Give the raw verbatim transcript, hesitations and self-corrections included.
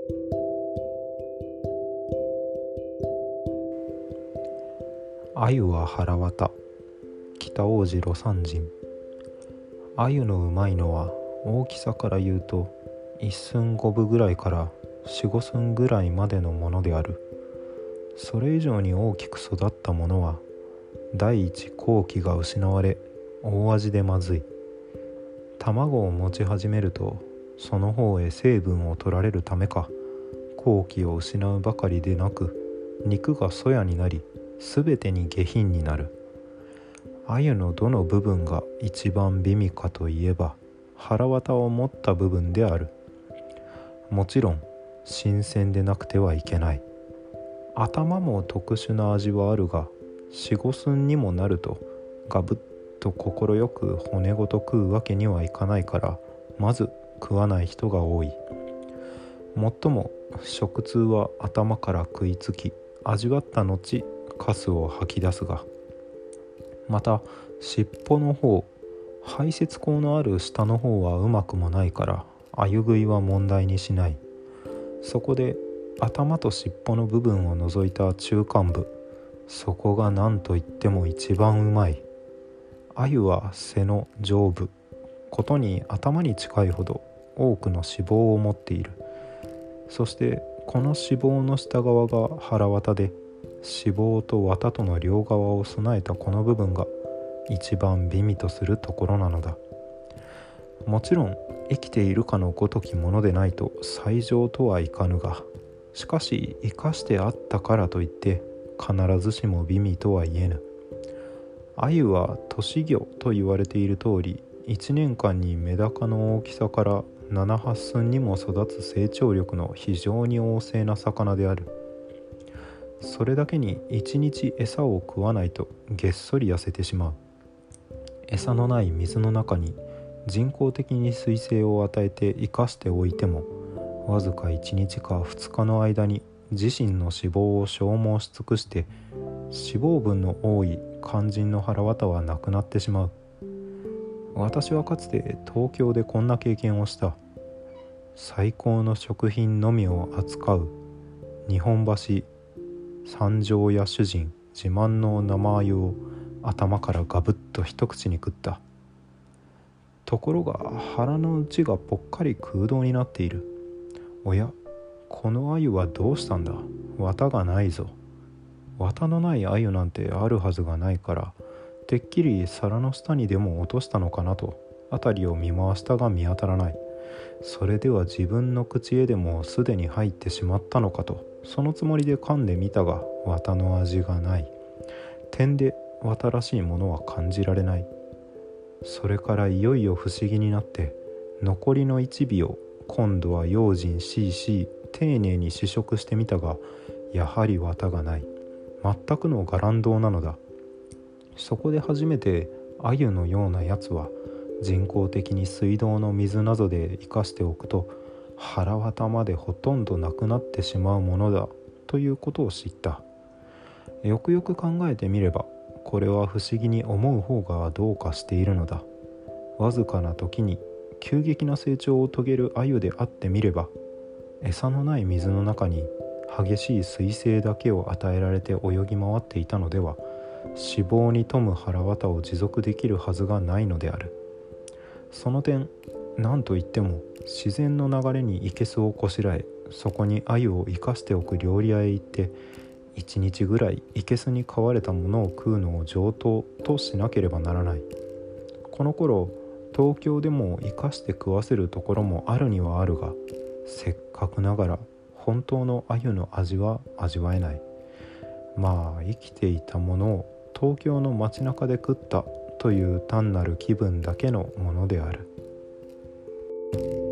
鮎は腹渡、北王子魯山人。鮎のうまいのは大きさから言うと一寸五分ぐらいから四五寸ぐらいまでのものである。それ以上に大きく育ったものは第一好機が失われ大味でまずい。卵を持ち始めるとその方へ成分を取られるためか好機を失うばかりでなく肉がそやになりすべてに下品になる。鮎のどの部分が一番美味かといえば腹渡を持った部分である。もちろん新鮮でなくてはいけない。頭も特殊な味はあるが四五寸にもなるとガブッと快く骨ごと食うわけにはいかないからまず食わない人が多い。もっとも食通は頭から食いつき味わった後カスを吐き出すが、また尻尾の方、排泄口のある下の方はうまくもないから鮎食いは問題にしない。そこで頭と尻尾の部分を除いた中間部、そこが何といっても一番うまい。鮎は背の上部、ことに頭に近いほど多くの脂肪を持っている。そしてこの脂肪の下側が腹渡で、脂肪と綿との両側を備えたこの部分が一番美味とするところなのだ。もちろん生きているかのごときものでないと最上とはいかぬが、しかし生かしてあったからといって必ずしも美味とは言えぬ。鮎は年魚と言われている通り、いちねんかんにメダカの大きさからなな、はっ寸にも育つ成長力の非常に旺盛な魚である。それだけに一日餌を食わないとげっそり痩せてしまう。餌のない水の中に人工的に水性を与えて生かしておいても、わずかいちにちかふつかの間に自身の脂肪を消耗し尽くして脂肪分の多い肝心の腹渡はなくなってしまう。私はかつて東京でこんな経験をした。最高の食品のみを扱う日本橋三条屋主人自慢の生鮎を頭からガブッと一口に食った。ところが腹の内がぽっかり空洞になっている。おや、この鮎はどうしたんだ。綿がないぞ。綿のない鮎なんてあるはずがないから、てっきり皿の下にでも落としたのかなと辺りを見回したが見当たらない。それでは自分の口へでもすでに入ってしまったのかとそのつもりで噛んでみたが、綿の味がない。点で綿らしいものは感じられない。それからいよいよ不思議になって、残りの一尾を今度は用心しいし丁寧に試食してみたが、やはり綿がない。全くの伽藍洞なのだ。そこで初めて鮎のようなやつは人工的に水道の水などで生かしておくと腹渡までほとんどなくなってしまうものだということを知った。よくよく考えてみればこれは不思議に思う方がどうかしているのだ。わずかな時に急激な成長を遂げる鮎であってみれば、餌のない水の中に激しい水性だけを与えられて泳ぎ回っていたのでは、脂肪に富む腹渡を持続できるはずがないのである。その点、何といっても自然の流れに生けすをこしらえ、そこに鮎を生かしておく料理屋へ行って一日ぐらい生けすに飼われたものを食うのを上等としなければならない。この頃東京でも生かして食わせるところもあるにはあるが、せっかくながら本当の鮎の味は味わえない。まあ生きていたものを東京の街中で食ったという単なる気分だけのものである。